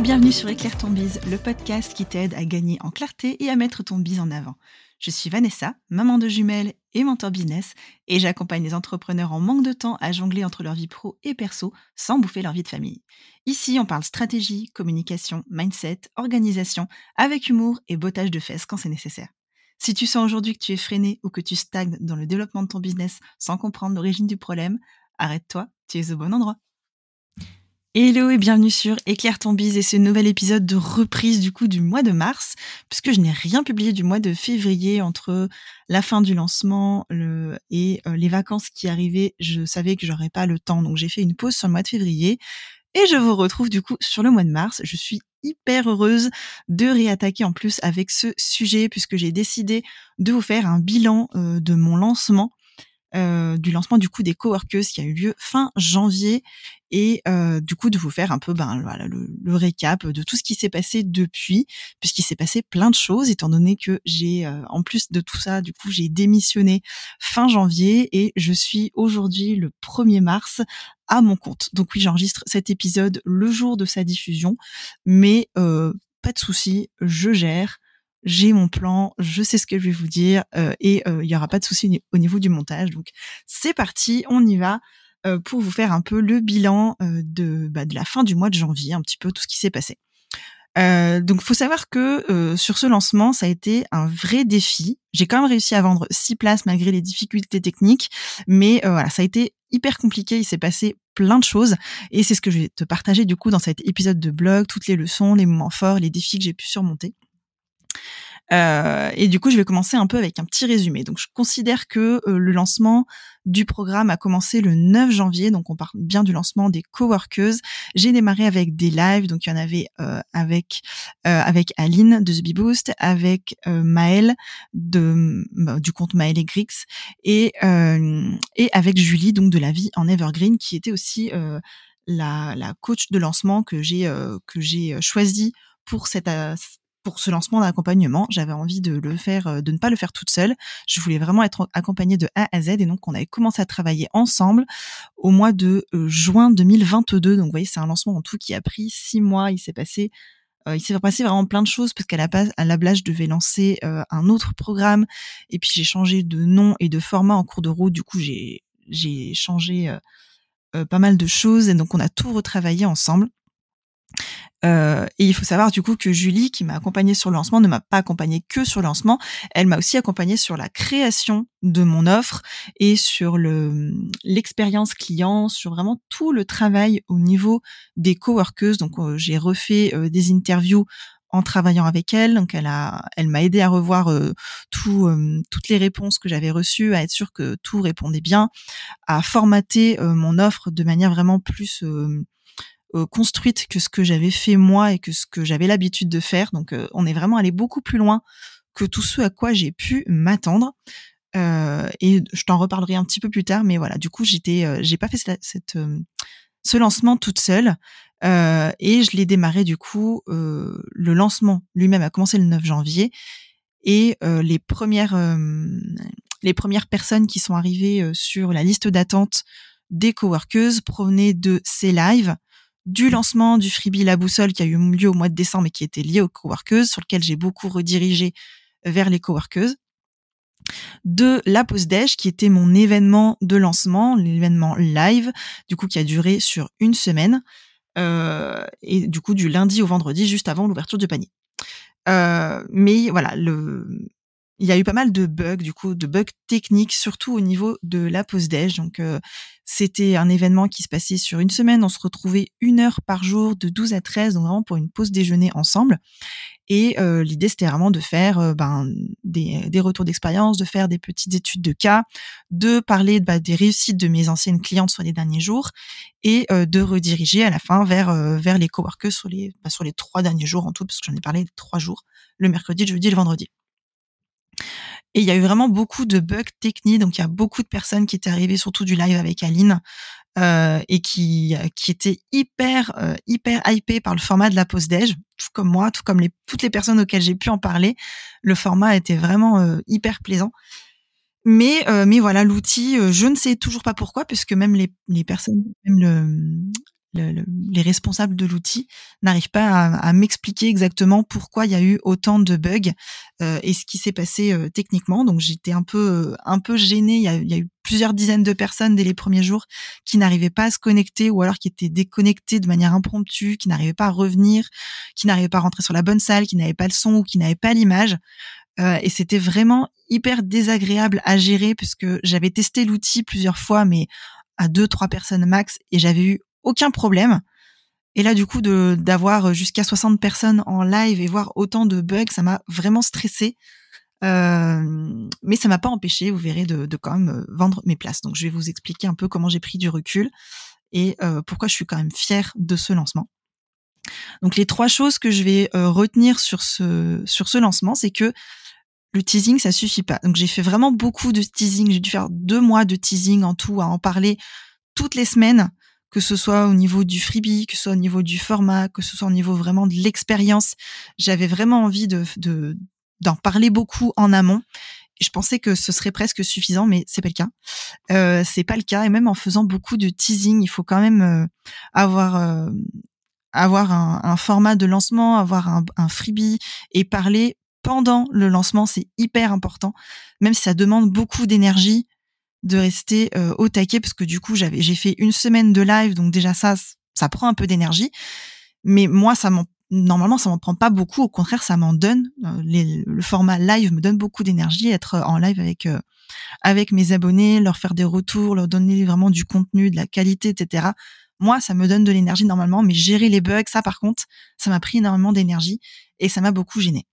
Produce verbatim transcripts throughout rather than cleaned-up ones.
bienvenue sur Éclaire ton bise, le podcast qui t'aide à gagner en clarté et à mettre ton bise en avant. Je suis Vanessa, maman de jumelles et mentor business, et j'accompagne les entrepreneurs en manque de temps à jongler entre leur vie pro et perso sans bouffer leur vie de famille. Ici, on parle stratégie, communication, mindset, organisation, avec humour et bottage de fesses quand c'est nécessaire. Si tu sens aujourd'hui que tu es freiné ou que tu stagnes dans le développement de ton business sans comprendre l'origine du problème, arrête-toi, tu es au bon endroit. Hello et bienvenue sur Éclaire ton bise et ce nouvel épisode de reprise du coup du mois de mars, puisque je n'ai rien publié du mois de février entre la fin du lancement le, et euh, les vacances qui arrivaient. Je savais que j'aurais pas le temps, donc j'ai fait une pause sur le mois de février et je vous retrouve du coup sur le mois de mars. Je suis hyper heureuse de réattaquer en plus avec ce sujet puisque j'ai décidé de vous faire un bilan euh, de mon lancement. Euh, du lancement du coup des coworkers qui a eu lieu fin janvier et euh, du coup de vous faire un peu ben voilà le, le récap de tout ce qui s'est passé depuis, puisqu'il s'est passé plein de choses étant donné que j'ai euh, en plus de tout ça du coup j'ai démissionné fin janvier et je suis aujourd'hui le premier mars à mon compte. Donc oui, j'enregistre cet épisode le jour de sa diffusion, mais euh, pas de souci, je gère. J'ai mon plan, je sais ce que je vais vous dire euh, et il euh, y aura pas de souci au niveau du montage. Donc c'est parti, on y va euh, pour vous faire un peu le bilan euh, de bah, de la fin du mois de janvier, un petit peu tout ce qui s'est passé. Euh, donc faut savoir que euh, sur ce lancement, ça a été un vrai défi. J'ai quand même réussi à vendre six places malgré les difficultés techniques, mais euh, voilà, ça a été hyper compliqué. Il s'est passé plein de choses et c'est ce que je vais te partager du coup dans cet épisode de blog, toutes les leçons, les moments forts, les défis que j'ai pu surmonter. Euh, et du coup, je vais commencer un peu avec un petit résumé. Donc, je considère que euh, le lancement du programme a commencé le neuf janvier. Donc, on parle bien du lancement des coworkers. J'ai démarré avec des lives. Donc, il y en avait euh, avec euh, avec Aline de The Bee Boost, avec euh, Maëlle de bah, du compte Maëlle et Grix, et euh, et avec Julie donc de la vie en Evergreen, qui était aussi euh, la la coach de lancement que j'ai euh, que j'ai choisi pour cette euh, pour ce lancement d'accompagnement. J'avais envie de le faire, de ne pas le faire toute seule. Je voulais vraiment être accompagnée de A à Z et donc on avait commencé à travailler ensemble au mois de euh, juin deux mille vingt-deux. Donc vous voyez, c'est un lancement en tout qui a pris six mois. Il s'est passé, euh, il s'est passé vraiment plein de choses parce qu'à la base, à la base, je devais lancer euh, un autre programme et puis j'ai changé de nom et de format en cours de route. Du coup, j'ai j'ai changé euh, euh, pas mal de choses et donc on a tout retravaillé ensemble. Euh, et il faut savoir du coup que Julie, qui m'a accompagnée sur le lancement, ne m'a pas accompagnée que sur le lancement. Elle m'a aussi accompagnée sur la création de mon offre et sur le l'expérience client, sur vraiment tout le travail au niveau des coworkers. Donc euh, j'ai refait euh, des interviews en travaillant avec elle. Donc elle a, elle m'a aidé à revoir euh, tout, euh, toutes les réponses que j'avais reçues, à être sûre que tout répondait bien, à formater euh, mon offre de manière vraiment plus euh, Euh, construite que ce que j'avais fait moi et que ce que j'avais l'habitude de faire. Donc, euh, on est vraiment allé beaucoup plus loin que tout ce à quoi j'ai pu m'attendre. Euh, et je t'en reparlerai un petit peu plus tard. Mais voilà, du coup, j'étais, euh, j'ai pas fait cette, cette euh, ce lancement toute seule. Euh, et je l'ai démarré du coup. Euh, le lancement lui-même a commencé le neuf janvier. Et euh, les premières, euh, les premières personnes qui sont arrivées euh, sur la liste d'attente des coworkers provenaient de ces lives, du lancement du freebie La Boussole qui a eu lieu au mois de décembre et qui était lié aux coworkers, sur lequel j'ai beaucoup redirigé vers les coworkers, de la pause déj qui était mon événement de lancement, l'événement live, du coup qui a duré sur une semaine, euh, et du coup du lundi au vendredi juste avant l'ouverture du panier. Euh, mais voilà, le, il y a eu pas mal de bugs, du coup, de bugs techniques, surtout au niveau de la pause déj. Donc, euh, c'était un événement qui se passait sur une semaine. On se retrouvait une heure par jour de douze à treize, donc vraiment pour une pause déjeuner ensemble. Et euh, l'idée, c'était vraiment de faire euh, ben, des, des retours d'expérience, de faire des petites études de cas, de parler bah, des réussites de mes anciennes clientes sur les derniers jours et euh, de rediriger à la fin vers euh, vers les coworkers sur les bah, sur les trois derniers jours en tout, parce que j'en ai parlé trois jours, le mercredi, le jeudi et le vendredi. Et il y a eu vraiment beaucoup de bugs techniques, donc il y a beaucoup de personnes qui étaient arrivées, surtout du live avec Aline, euh, et qui qui étaient hyper euh, hyper hypées par le format de la pause déj, tout comme moi, tout comme les toutes les personnes auxquelles j'ai pu en parler. Le format était vraiment euh, hyper plaisant. Mais euh, mais voilà, l'outil, euh, je ne sais toujours pas pourquoi, puisque même les les personnes, même le le, le, les responsables de l'outil n'arrivent pas à, à m'expliquer exactement pourquoi il y a eu autant de bugs euh, et ce qui s'est passé euh, techniquement. Donc j'étais un peu euh, un peu gênée. Il y, a, il y a eu plusieurs dizaines de personnes dès les premiers jours qui n'arrivaient pas à se connecter ou alors qui étaient déconnectées de manière impromptue, qui n'arrivaient pas à revenir, qui n'arrivaient pas à rentrer sur la bonne salle, qui n'avaient pas le son ou qui n'avaient pas l'image. Euh, et c'était vraiment hyper désagréable à gérer puisque j'avais testé l'outil plusieurs fois, mais à deux, trois personnes max, et j'avais eu aucun problème. Et là, du coup, de d'avoir jusqu'à soixante personnes en live et voir autant de bugs, ça m'a vraiment stressée. Euh, mais ça m'a pas empêché, vous verrez, de, de quand même vendre mes places. Donc, je vais vous expliquer un peu comment j'ai pris du recul et euh, pourquoi je suis quand même fière de ce lancement. Donc, les trois choses que je vais euh, retenir sur ce sur ce lancement, c'est que le teasing, ça suffit pas. Donc, j'ai fait vraiment beaucoup de teasing. J'ai dû faire deux mois de teasing en tout, à en parler toutes les semaines, que ce soit au niveau du freebie, que ce soit au niveau du format, que ce soit au niveau vraiment de l'expérience. J'avais vraiment envie de, de d'en parler beaucoup en amont. Et je pensais que ce serait presque suffisant, mais c'est pas le cas. Euh, c'est pas le cas. Et même en faisant beaucoup de teasing, il faut quand même euh, avoir euh, avoir un, un format de lancement, avoir un, un freebie et parler pendant le lancement. C'est hyper important, même si ça demande beaucoup d'énergie de rester euh, au taquet, parce que du coup j'avais j'ai fait une semaine de live, donc déjà ça ça prend un peu d'énergie, mais moi ça m'en normalement ça m'en prend pas beaucoup, au contraire ça m'en donne. Euh, les, le format live me donne beaucoup d'énergie, être en live avec euh, avec mes abonnés, leur faire des retours, leur donner vraiment du contenu, de la qualité, et cetera. Moi ça me donne de l'énergie normalement, mais gérer les bugs, ça par contre ça m'a pris énormément d'énergie et ça m'a beaucoup gênée.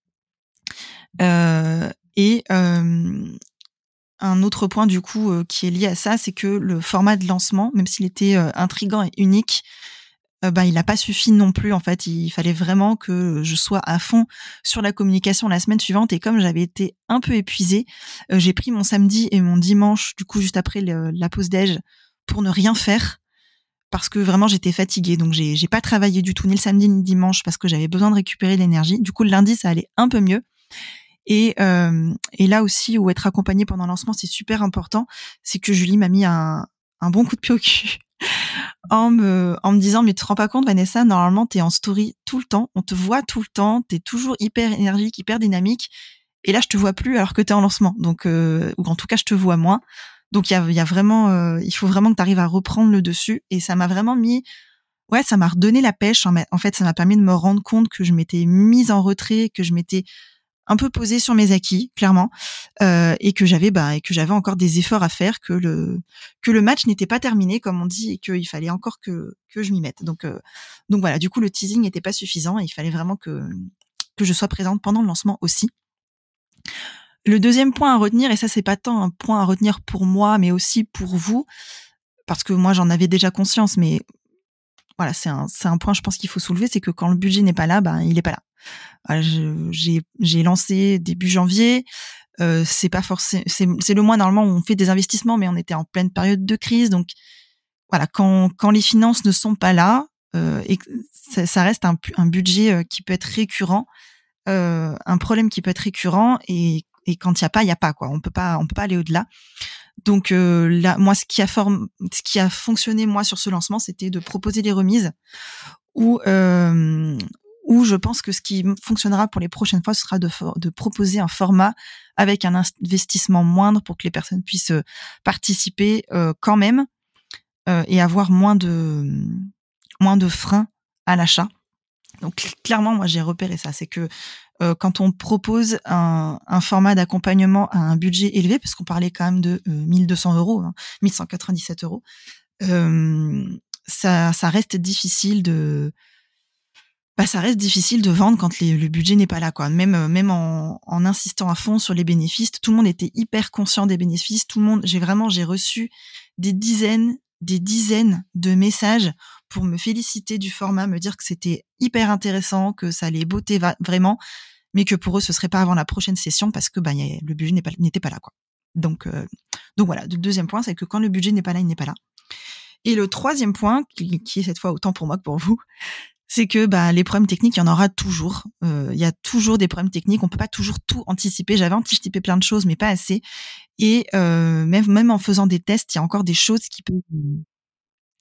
Euh, et euh, Un autre point du coup euh, qui est lié à ça, c'est que le format de lancement, même s'il était euh, intriguant et unique, euh, bah il n'a pas suffi non plus. En fait, il fallait vraiment que je sois à fond sur la communication la semaine suivante. Et comme j'avais été un peu épuisée, euh, j'ai pris mon samedi et mon dimanche, du coup juste après le, la pause déj, pour ne rien faire parce que vraiment j'étais fatiguée. Donc j'ai j'ai pas travaillé du tout ni le samedi ni le dimanche parce que j'avais besoin de récupérer l'énergie. Du coup le lundi ça allait un peu mieux. Et, euh, et là aussi, où être accompagnée pendant le lancement, c'est super important. C'est que Julie m'a mis un, un bon coup de pied au cul en me, en me disant, mais tu te rends pas compte, Vanessa, normalement, t'es en story tout le temps. On te voit tout le temps. T'es toujours hyper énergique, hyper dynamique. Et là, je te vois plus alors que t'es en lancement. Donc, euh, ou en tout cas, je te vois moins. Donc, il y a, y a vraiment, euh, il faut vraiment que t'arrives à reprendre le dessus. Et ça m'a vraiment mis, ouais, ça m'a redonné la pêche. En fait, ça m'a permis de me rendre compte que je m'étais mise en retrait, que je m'étais un peu posée sur mes acquis, clairement, euh, et que j'avais bah et que j'avais encore des efforts à faire, que le que le match n'était pas terminé comme on dit et qu'il fallait encore que que je m'y mette. Donc euh, donc voilà, du coup le teasing n'était pas suffisant et il fallait vraiment que que je sois présente pendant le lancement aussi. Le deuxième point à retenir, et ça c'est pas tant un point à retenir pour moi mais aussi pour vous, parce que moi j'en avais déjà conscience, mais voilà, c'est un c'est un point je pense qu'il faut soulever, c'est que quand le budget n'est pas là, ben il est pas là. Voilà, je, j'ai, j'ai lancé début janvier. Euh, c'est pas forcément, c'est, c'est le mois normalement où on fait des investissements, mais on était en pleine période de crise. Donc voilà, quand quand les finances ne sont pas là, euh, et ça, ça reste un, un budget qui peut être récurrent, euh, un problème qui peut être récurrent. Et, et quand il y a pas, il y a pas quoi. On peut pas, on peut pas aller au-delà. Donc euh, là, moi, ce qui a form... ce qui a fonctionné moi sur ce lancement, c'était de proposer des remises où euh, où je pense que ce qui fonctionnera pour les prochaines fois, ce sera de, for- de proposer un format avec un investissement moindre pour que les personnes puissent participer euh, quand même euh, et avoir moins de moins de freins à l'achat. Donc clairement, moi j'ai repéré ça, c'est que euh, quand on propose un, un format d'accompagnement à un budget élevé, parce qu'on parlait quand même de euh, mille deux cents euros, hein, mille cent quatre-vingt-dix-sept euros, euh, ça, ça reste difficile de bah ça reste difficile de vendre quand les, le budget n'est pas là quoi. Même même en, en insistant à fond sur les bénéfices, tout le monde était hyper conscient des bénéfices. Tout le monde, j'ai vraiment j'ai reçu des dizaines, des dizaines de messages pour me féliciter du format, me dire que c'était hyper intéressant, que ça allait botter va, vraiment, mais que pour eux ce serait pas avant la prochaine session parce que bah y a, le budget n'est pas, n'était pas là quoi. Donc euh, donc voilà. Le deuxième point, c'est que quand le budget n'est pas là, il n'est pas là. Et le troisième point, qui, qui est cette fois autant pour moi que pour vous, c'est que bah les problèmes techniques, il y en aura toujours. Euh, il y a toujours des problèmes techniques. On peut pas toujours tout anticiper. J'avais anticipé plein de choses, mais pas assez. Et euh, même même en faisant des tests, il y a encore des choses qui peuvent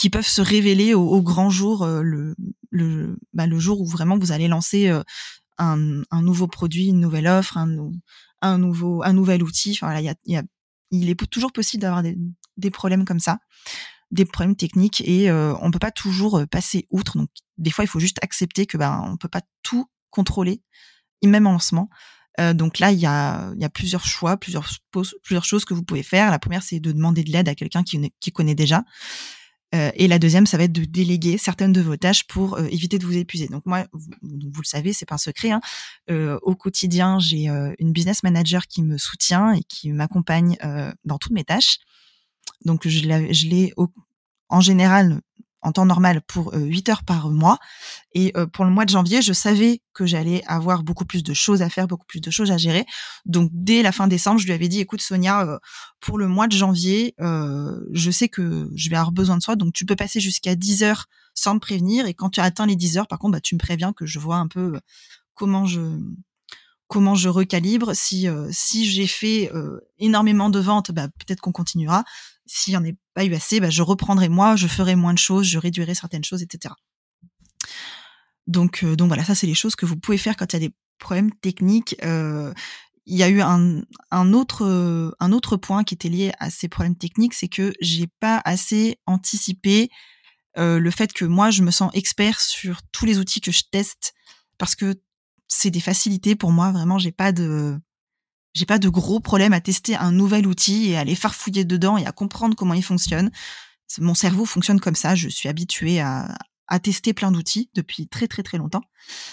qui peuvent se révéler au, au grand jour, euh, le, le, bah, le jour où vraiment vous allez lancer euh, un, un nouveau produit, une nouvelle offre, un, nou- un, nouveau, un nouvel outil. Enfin, voilà, il y a, il y a, il est toujours possible d'avoir des, des problèmes comme ça, des problèmes techniques, et euh, on peut pas toujours euh, passer outre. Donc, des fois, il faut juste accepter que ben on peut pas tout contrôler, et même en lancement. Euh, donc là, il y a, il y a plusieurs choix, plusieurs, pos- plusieurs choses que vous pouvez faire. La première, c'est de demander de l'aide à quelqu'un qui, qui connaît déjà. Euh, et la deuxième, ça va être de déléguer certaines de vos tâches pour euh, éviter de vous épuiser. Donc moi, vous, vous le savez, c'est pas un secret, hein. Euh, au quotidien, j'ai euh, une business manager qui me soutient et qui m'accompagne euh, dans toutes mes tâches. Donc je l'ai, je l'ai au, en général en temps normal pour euh, huit heures par mois. Et euh, pour le mois de janvier, je savais que j'allais avoir beaucoup plus de choses à faire, beaucoup plus de choses à gérer. Donc dès la fin décembre, je lui avais dit, écoute Sonia, euh, pour le mois de janvier, euh, je sais que je vais avoir besoin de toi, donc tu peux passer jusqu'à dix heures sans me prévenir. Et quand tu as atteint les dix heures, par contre, bah, tu me préviens, que je vois un peu euh, comment je comment je recalibre. Si euh, si j'ai fait euh, énormément de ventes, bah, peut-être qu'on continuera. S'il y en a pas eu assez, bah, je reprendrai moi, je ferai moins de choses, je réduirai certaines choses, et cetera. Donc, euh, donc voilà, ça c'est les choses que vous pouvez faire quand il y a des problèmes techniques. Euh, il y a eu un, un autre euh, un autre point qui était lié à ces problèmes techniques, c'est que j'ai pas assez anticipé euh, le fait que moi je me sens expert sur tous les outils que je teste, parce que c'est des facilités pour moi. Vraiment, j'ai pas de j'ai pas de gros problèmes à tester un nouvel outil et à aller farfouiller dedans et à comprendre comment il fonctionne. Mon cerveau fonctionne comme ça. Je suis habituée à, à tester plein d'outils depuis très très très longtemps.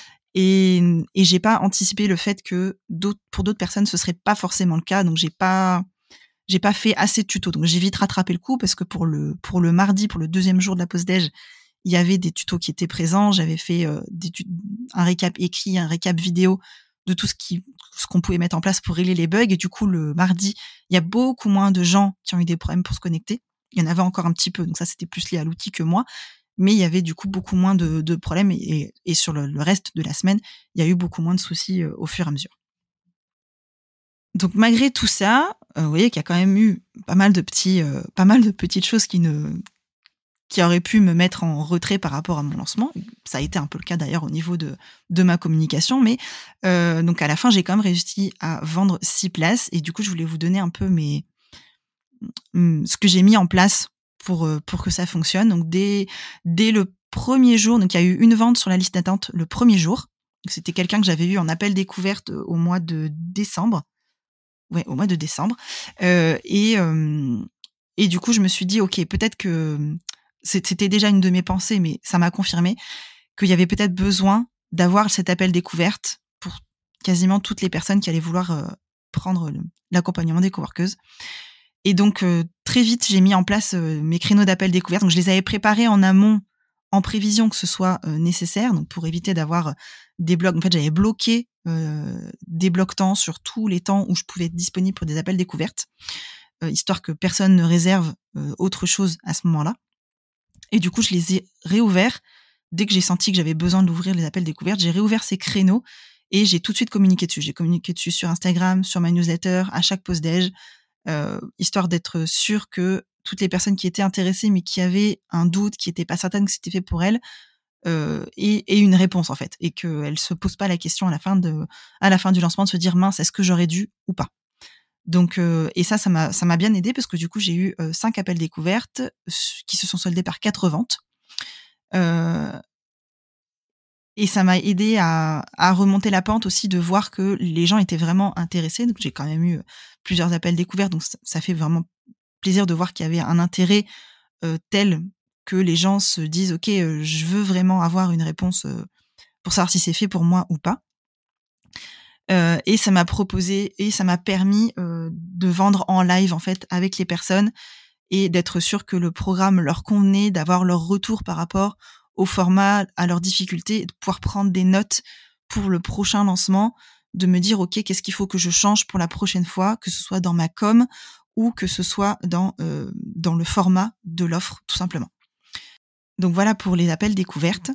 Et, et j'ai pas anticipé le fait que d'autres, pour d'autres personnes, ce serait pas forcément le cas. Donc j'ai pas, j'ai pas fait assez de tutos. Donc j'ai vite rattrapé le coup, parce que pour le, pour le mardi, pour le deuxième jour de la pause déj, il y avait des tutos qui étaient présents. J'avais fait euh, des tut- un récap écrit, un récap vidéo de tout ce qui, ce qu'on pouvait mettre en place pour régler les bugs. Et du coup, le mardi, il y a beaucoup moins de gens qui ont eu des problèmes pour se connecter. Il y en avait encore un petit peu. Donc ça, c'était plus lié à l'outil que moi. Mais il y avait du coup beaucoup moins de, de problèmes, et, et sur le, le reste de la semaine, il y a eu beaucoup moins de soucis euh, au fur et à mesure. Donc malgré tout ça, euh, vous voyez qu'il y a quand même eu pas mal de petits, euh, pas mal de petites choses qui ne, qui auraient pu me mettre en retrait par rapport à mon lancement. Ça a été un peu le cas d'ailleurs au niveau de, de ma communication, mais euh, donc à la fin, j'ai quand même réussi à vendre six places, et du coup, je voulais vous donner un peu mes, ce que j'ai mis en place pour, euh, pour que ça fonctionne. Donc dès, dès le premier jour, donc il y a eu une vente sur la liste d'attente le premier jour. Donc, c'était quelqu'un que j'avais eu en appel découverte au mois de décembre. Ouais, au mois de décembre. Euh, et, euh, et du coup, je me suis dit, OK, peut-être que c'était déjà une de mes pensées, mais ça m'a confirmé qu'il y avait peut-être besoin d'avoir cet appel découverte pour quasiment toutes les personnes qui allaient vouloir euh, prendre l'accompagnement des coworkeuses. Et donc, euh, très vite, j'ai mis en place euh, mes créneaux d'appel découverte. Donc, je les avais préparés en amont, en prévision que ce soit euh, nécessaire, donc pour éviter d'avoir des blocs. En fait, j'avais bloqué euh, des blocs temps sur tous les temps où je pouvais être disponible pour des appels découvertes, euh, histoire que personne ne réserve euh, autre chose à ce moment-là. Et du coup, je les ai réouverts dès que j'ai senti que j'avais besoin d'ouvrir les appels découvertes. J'ai réouvert ces créneaux et j'ai tout de suite communiqué dessus. J'ai communiqué dessus sur Instagram, sur ma newsletter, à chaque pause déj. Euh, histoire d'être sûre que toutes les personnes qui étaient intéressées mais qui avaient un doute, qui n'étaient pas certaines que c'était fait pour elles, euh, aient, aient une réponse en fait, et qu'elles ne se posent pas la question à la fin de, à la fin du lancement de se dire mince, est-ce que j'aurais dû ou pas. Donc euh, et ça, ça m'a, ça m'a bien aidé, parce que du coup j'ai eu euh, cinq appels découvertes qui se sont soldés par quatre ventes. Euh, Et ça m'a aidé à, à remonter la pente aussi, de voir que les gens étaient vraiment intéressés. Donc j'ai quand même eu plusieurs appels découverts, donc ça, ça fait vraiment plaisir de voir qu'il y avait un intérêt euh, tel que les gens se disent ok, euh, je veux vraiment avoir une réponse euh, pour savoir si c'est fait pour moi ou pas. Euh, et ça m'a proposé et ça m'a permis euh, de vendre en live en fait avec les personnes, et d'être sûr que le programme leur convenait, d'avoir leur retour par rapport au format, à leurs difficultés, et de pouvoir prendre des notes pour le prochain lancement, de me dire ok, qu'est-ce qu'il faut que je change pour la prochaine fois, que ce soit dans ma com ou que ce soit dans euh, dans le format de l'offre, tout simplement. Donc voilà pour les appels découvertes.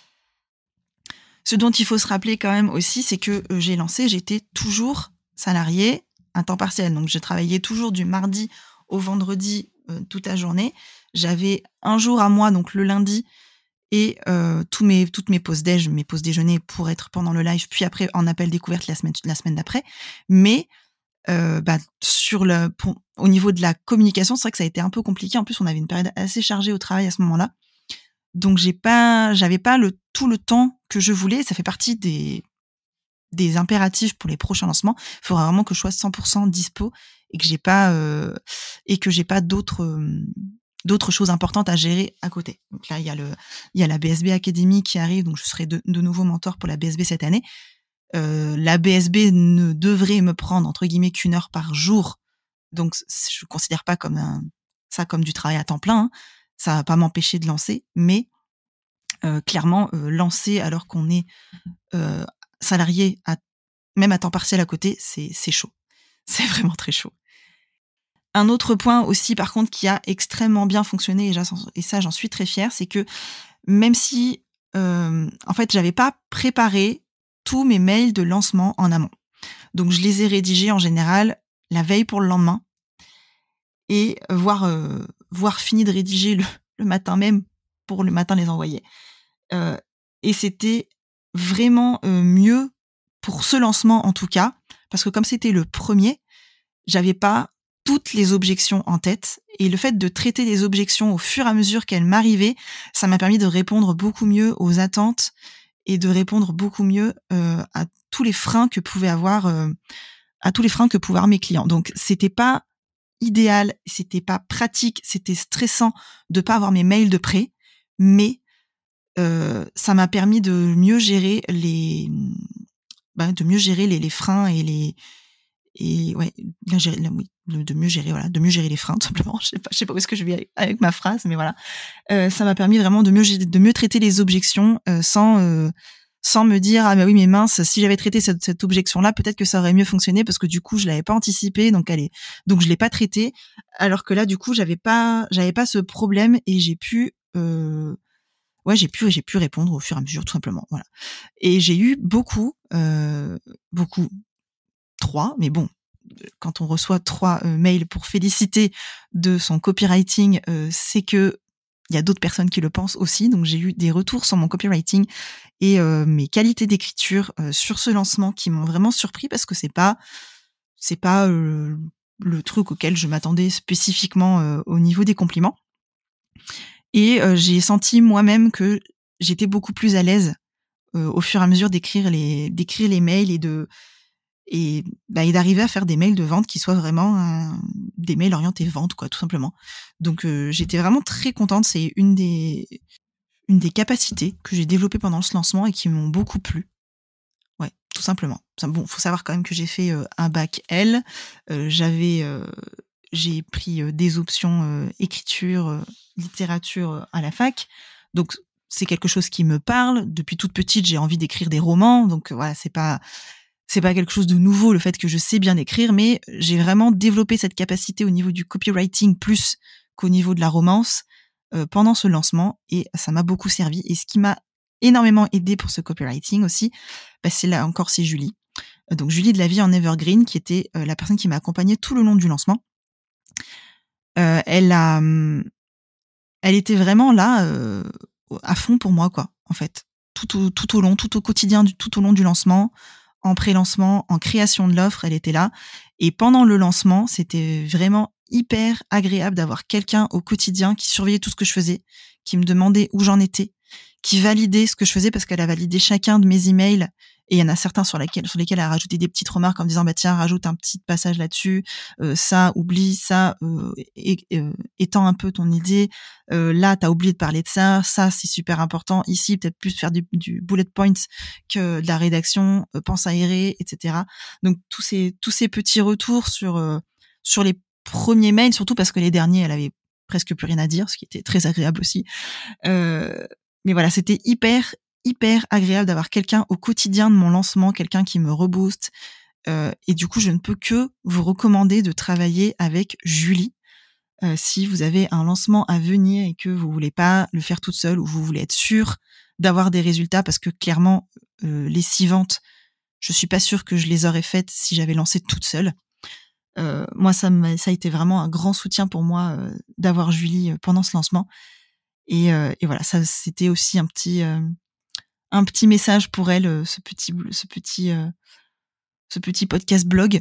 Ce dont il faut se rappeler quand même aussi, c'est que euh, j'ai lancé, j'étais toujours salariée à temps partiel. Donc je travaillais toujours du mardi au vendredi euh, toute la journée. J'avais un jour à moi, donc le lundi, et euh, tous mes, toutes mes pauses déj, mes pauses déjeuner pour être pendant le live, puis après en appel découverte la semaine, la semaine d'après. Mais euh, bah, sur le, pour, au niveau de la communication, c'est vrai que ça a été un peu compliqué. En plus, on avait une période assez chargée au travail à ce moment-là. Donc, j'ai pas, j'avais pas le, tout le temps que je voulais. Ça fait partie des, des impératifs pour les prochains lancements. Il faudra vraiment que je sois cent pour cent dispo et que j'ai pas, euh, et que j'ai pas d'autres, euh, d'autres choses importantes à gérer à côté. Donc là, il y a le, il y a la B S B Academy qui arrive. Donc, je serai de, de nouveau mentor pour la B S B cette année. Euh, la B S B ne devrait me prendre, entre guillemets, qu'une heure par jour. Donc, je considère pas comme un, ça comme du travail à temps plein, hein. Ça va pas m'empêcher de lancer, mais euh, clairement, euh, lancer alors qu'on est euh, salarié, à, même à temps partiel à côté, c'est, c'est chaud. C'est vraiment très chaud. Un autre point aussi, par contre, qui a extrêmement bien fonctionné, et, et ça, j'en suis très fière, c'est que même si, euh, en fait, j'avais pas préparé tous mes mails de lancement en amont. Donc, je les ai rédigés en général la veille pour le lendemain, et voir euh, voir fini de rédiger le, le matin même pour le matin les envoyer. Euh, et c'était vraiment euh, mieux pour ce lancement en tout cas, parce que comme c'était le premier, j'avais pas toutes les objections en tête, et le fait de traiter les objections au fur et à mesure qu'elles m'arrivaient, ça m'a permis de répondre beaucoup mieux aux attentes et de répondre beaucoup mieux euh, à tous les freins que pouvaient avoir euh, à tous les freins que pouvaient avoir mes clients. Donc c'était pas idéal, c'était pas pratique, c'était stressant de pas avoir mes mails de près, mais euh, ça m'a permis de mieux gérer les, bah, de mieux gérer les, les freins et les, et ouais, bien gérer, oui, de mieux gérer, voilà, de mieux gérer les freins tout simplement. Je sais pas, je sais pas où est-ce que je vais avec, avec ma phrase, mais voilà, euh, ça m'a permis vraiment de mieux, de mieux traiter les objections euh, sans euh, sans me dire ah bah oui mais mince, si j'avais traité cette, cette objection là peut-être que ça aurait mieux fonctionné parce que du coup je l'avais pas anticipé, donc elle est donc je l'ai pas traité, alors que là du coup j'avais pas j'avais pas ce problème et j'ai pu euh, ouais j'ai pu j'ai pu répondre au fur et à mesure tout simplement, voilà. Et j'ai eu beaucoup euh, beaucoup trois, mais bon, quand on reçoit trois euh, mails pour féliciter de son copywriting, euh, c'est que il y a d'autres personnes qui le pensent aussi. Donc j'ai eu des retours sur mon copywriting et euh, mes qualités d'écriture euh, sur ce lancement qui m'ont vraiment surpris, parce que c'est pas c'est pas euh, le truc auquel je m'attendais spécifiquement euh, au niveau des compliments. Et euh, j'ai senti moi-même que j'étais beaucoup plus à l'aise euh, au fur et à mesure d'écrire les d'écrire les mails et de et, bah, et d'arriver à faire des mails de vente qui soient vraiment euh, des mails orientés vente, quoi, tout simplement. Donc euh, j'étais vraiment très contente. C'est une des une des capacités que j'ai développées pendant ce lancement et qui m'ont beaucoup plu. Ouais, tout simplement. Bon, faut savoir quand même que j'ai fait euh, un bac L. Euh, j'avais, euh, j'ai pris euh, des options euh, écriture, euh, littérature euh, à la fac. Donc c'est quelque chose qui me parle. Depuis toute petite, j'ai envie d'écrire des romans. Donc voilà, c'est pas c'est pas quelque chose de nouveau le fait que je sais bien écrire, mais j'ai vraiment développé cette capacité au niveau du copywriting plus qu'au niveau de la romance euh, pendant ce lancement, et ça m'a beaucoup servi. Et ce qui m'a énormément aidé pour ce copywriting aussi, bah c'est là encore, c'est Julie. Donc Julie de la vie en Evergreen, qui était euh, la personne qui m'a accompagnée tout le long du lancement. Euh, elle a, elle était vraiment là euh, à fond pour moi, quoi, en fait, tout au, tout au long, tout au quotidien, du, tout au long du lancement. En pré-lancement, en création de l'offre, elle était là. Et pendant le lancement, c'était vraiment hyper agréable d'avoir quelqu'un au quotidien qui surveillait tout ce que je faisais, qui me demandait où j'en étais, qui validait ce que je faisais, parce qu'elle a validé chacun de mes emails. Et il y en a certains sur lesquels, sur lesquels elle a rajouté des petites remarques en me disant, bah tiens, rajoute un petit passage là-dessus, euh, ça, oublie ça, euh, et, euh, étends un peu ton idée. Euh, là, t'as oublié de parler de ça, ça, c'est super important. Ici, peut-être plus faire du, du bullet points que de la rédaction, euh, pense aérer, et cetera. Donc tous ces tous ces petits retours sur euh, sur les premiers mails, surtout parce que les derniers, elle avait presque plus rien à dire, ce qui était très agréable aussi. Euh, mais voilà, c'était hyper hyper agréable d'avoir quelqu'un au quotidien de mon lancement, quelqu'un qui me rebooste. Euh, et du coup, je ne peux que vous recommander de travailler avec Julie. Euh, si vous avez un lancement à venir et que vous voulez pas le faire toute seule, ou vous voulez être sûr d'avoir des résultats, parce que clairement, euh, les six ventes, je suis pas sûre que je les aurais faites si j'avais lancé toute seule. euh, moi, ça, m'a, ça a été vraiment un grand soutien pour moi euh, d'avoir Julie euh, pendant ce lancement. Et, euh, et voilà, ça, c'était aussi un petit, euh, un petit message pour elle, euh, ce petit, ce petit, euh, ce petit podcast blog,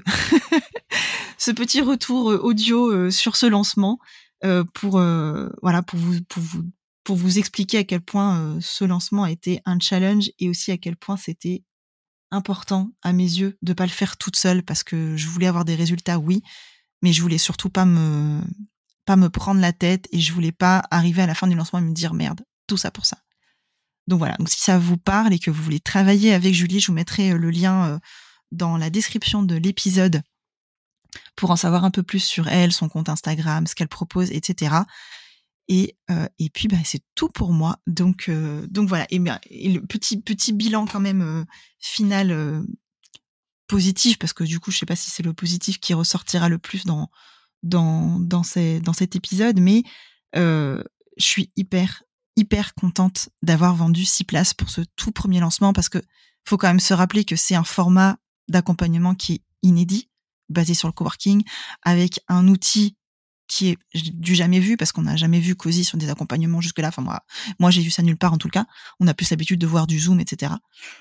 ce petit retour euh, audio euh, sur ce lancement euh, pour, euh, voilà, pour vous, pour vous, pour vous expliquer à quel point euh, ce lancement a été un challenge et aussi à quel point c'était important à mes yeux de pas le faire toute seule parce que je voulais avoir des résultats, oui, mais je voulais surtout pas me pas me prendre la tête et je voulais pas arriver à la fin du lancement et me dire merde, tout ça pour ça. Donc voilà, donc si ça vous parle et que vous voulez travailler avec Julie, je vous mettrai le lien dans la description de l'épisode pour en savoir un peu plus sur elle, son compte Instagram, ce qu'elle propose, et cetera. Et, euh, et puis bah, c'est tout pour moi. Donc, euh, donc voilà, et, et le petit, petit bilan quand même euh, final euh, positif, parce que du coup je sais pas si c'est le positif qui ressortira le plus dans, dans, dans, ces, dans cet épisode, mais euh, je suis hyper, hyper contente d'avoir vendu six places pour ce tout premier lancement, parce que faut quand même se rappeler que c'est un format d'accompagnement qui est inédit, basé sur le coworking, avec un outil qui est du jamais vu, parce qu'on n'a jamais vu Cozy sur des accompagnements jusque-là. Enfin, moi, moi, j'ai vu ça nulle part, en tout cas. On a plus l'habitude de voir du Zoom, et cetera.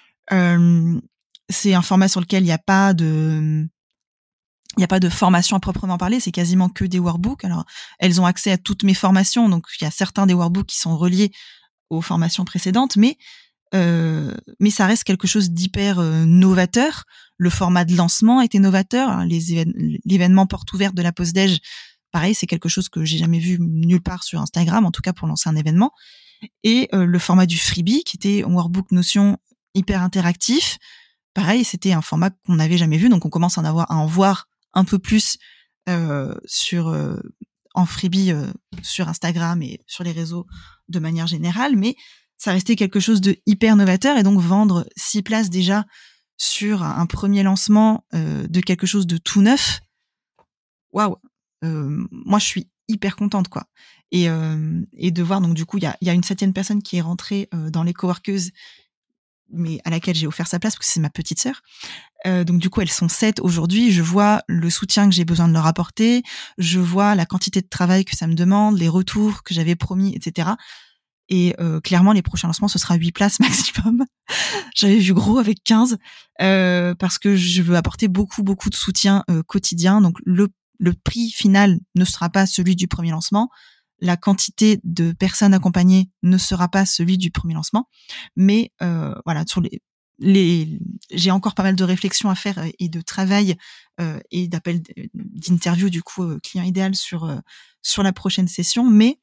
Euh, c'est un format sur lequel il n'y a pas de... Il n'y a pas de formation à proprement parler, c'est quasiment que des workbooks. Alors, elles ont accès à toutes mes formations, donc il y a certains des workbooks qui sont reliés aux formations précédentes, mais euh, mais ça reste quelque chose d'hyper euh, novateur. Le format de lancement était novateur. Les évén- l'événement porte ouverte de la pause déj, pareil, c'est quelque chose que j'ai jamais vu nulle part sur Instagram, en tout cas pour lancer un événement. Et euh, le format du freebie, qui était un workbook Notion hyper interactif, pareil, c'était un format qu'on n'avait jamais vu, donc on commence à en avoir à en voir un peu plus euh, sur euh, en freebie euh, sur Instagram et sur les réseaux de manière générale, mais ça restait quelque chose de hyper novateur, et donc vendre six places déjà sur un premier lancement euh, de quelque chose de tout neuf, waouh, euh, moi je suis hyper contente quoi. Et, euh, et de voir, donc du coup il y a, y a une septième personne qui est rentrée euh, dans les coworkeuses, mais à laquelle j'ai offert sa place parce que c'est ma petite sœur. Euh, donc du coup, elles sont sept aujourd'hui. Je vois le soutien que j'ai besoin de leur apporter. Je vois la quantité de travail que ça me demande, les retours que j'avais promis, et cetera. Et euh, clairement, les prochains lancements, ce sera huit places maximum. J'avais vu gros avec quinze euh, parce que je veux apporter beaucoup, beaucoup de soutien euh, quotidien. Donc le, le prix final ne sera pas celui du premier lancement. La quantité de personnes accompagnées ne sera pas celui du premier lancement. Mais euh, voilà, sur les Les, j'ai encore pas mal de réflexions à faire et de travail euh, et d'appels d'interview du coup euh, client idéal sur euh, sur la prochaine session, mais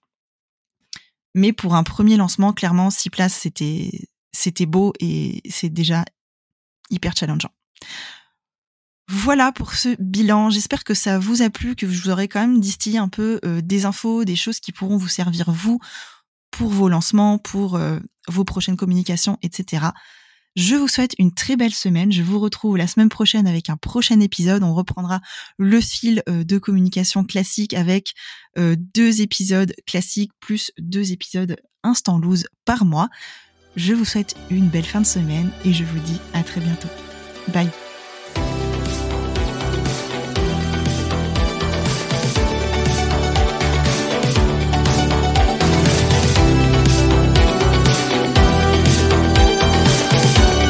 mais pour un premier lancement, clairement six places c'était c'était beau et c'est déjà hyper challengeant. Voilà pour ce bilan. J'espère que ça vous a plu, que je vous aurai quand même distillé un peu euh, des infos, des choses qui pourront vous servir vous pour vos lancements, pour euh, vos prochaines communications, et cetera. Je vous souhaite une très belle semaine. Je vous retrouve la semaine prochaine avec un prochain épisode. On reprendra le fil de communication classique avec euh, deux épisodes classiques plus deux épisodes instant loose par mois. Je vous souhaite une belle fin de semaine et je vous dis à très bientôt. Bye.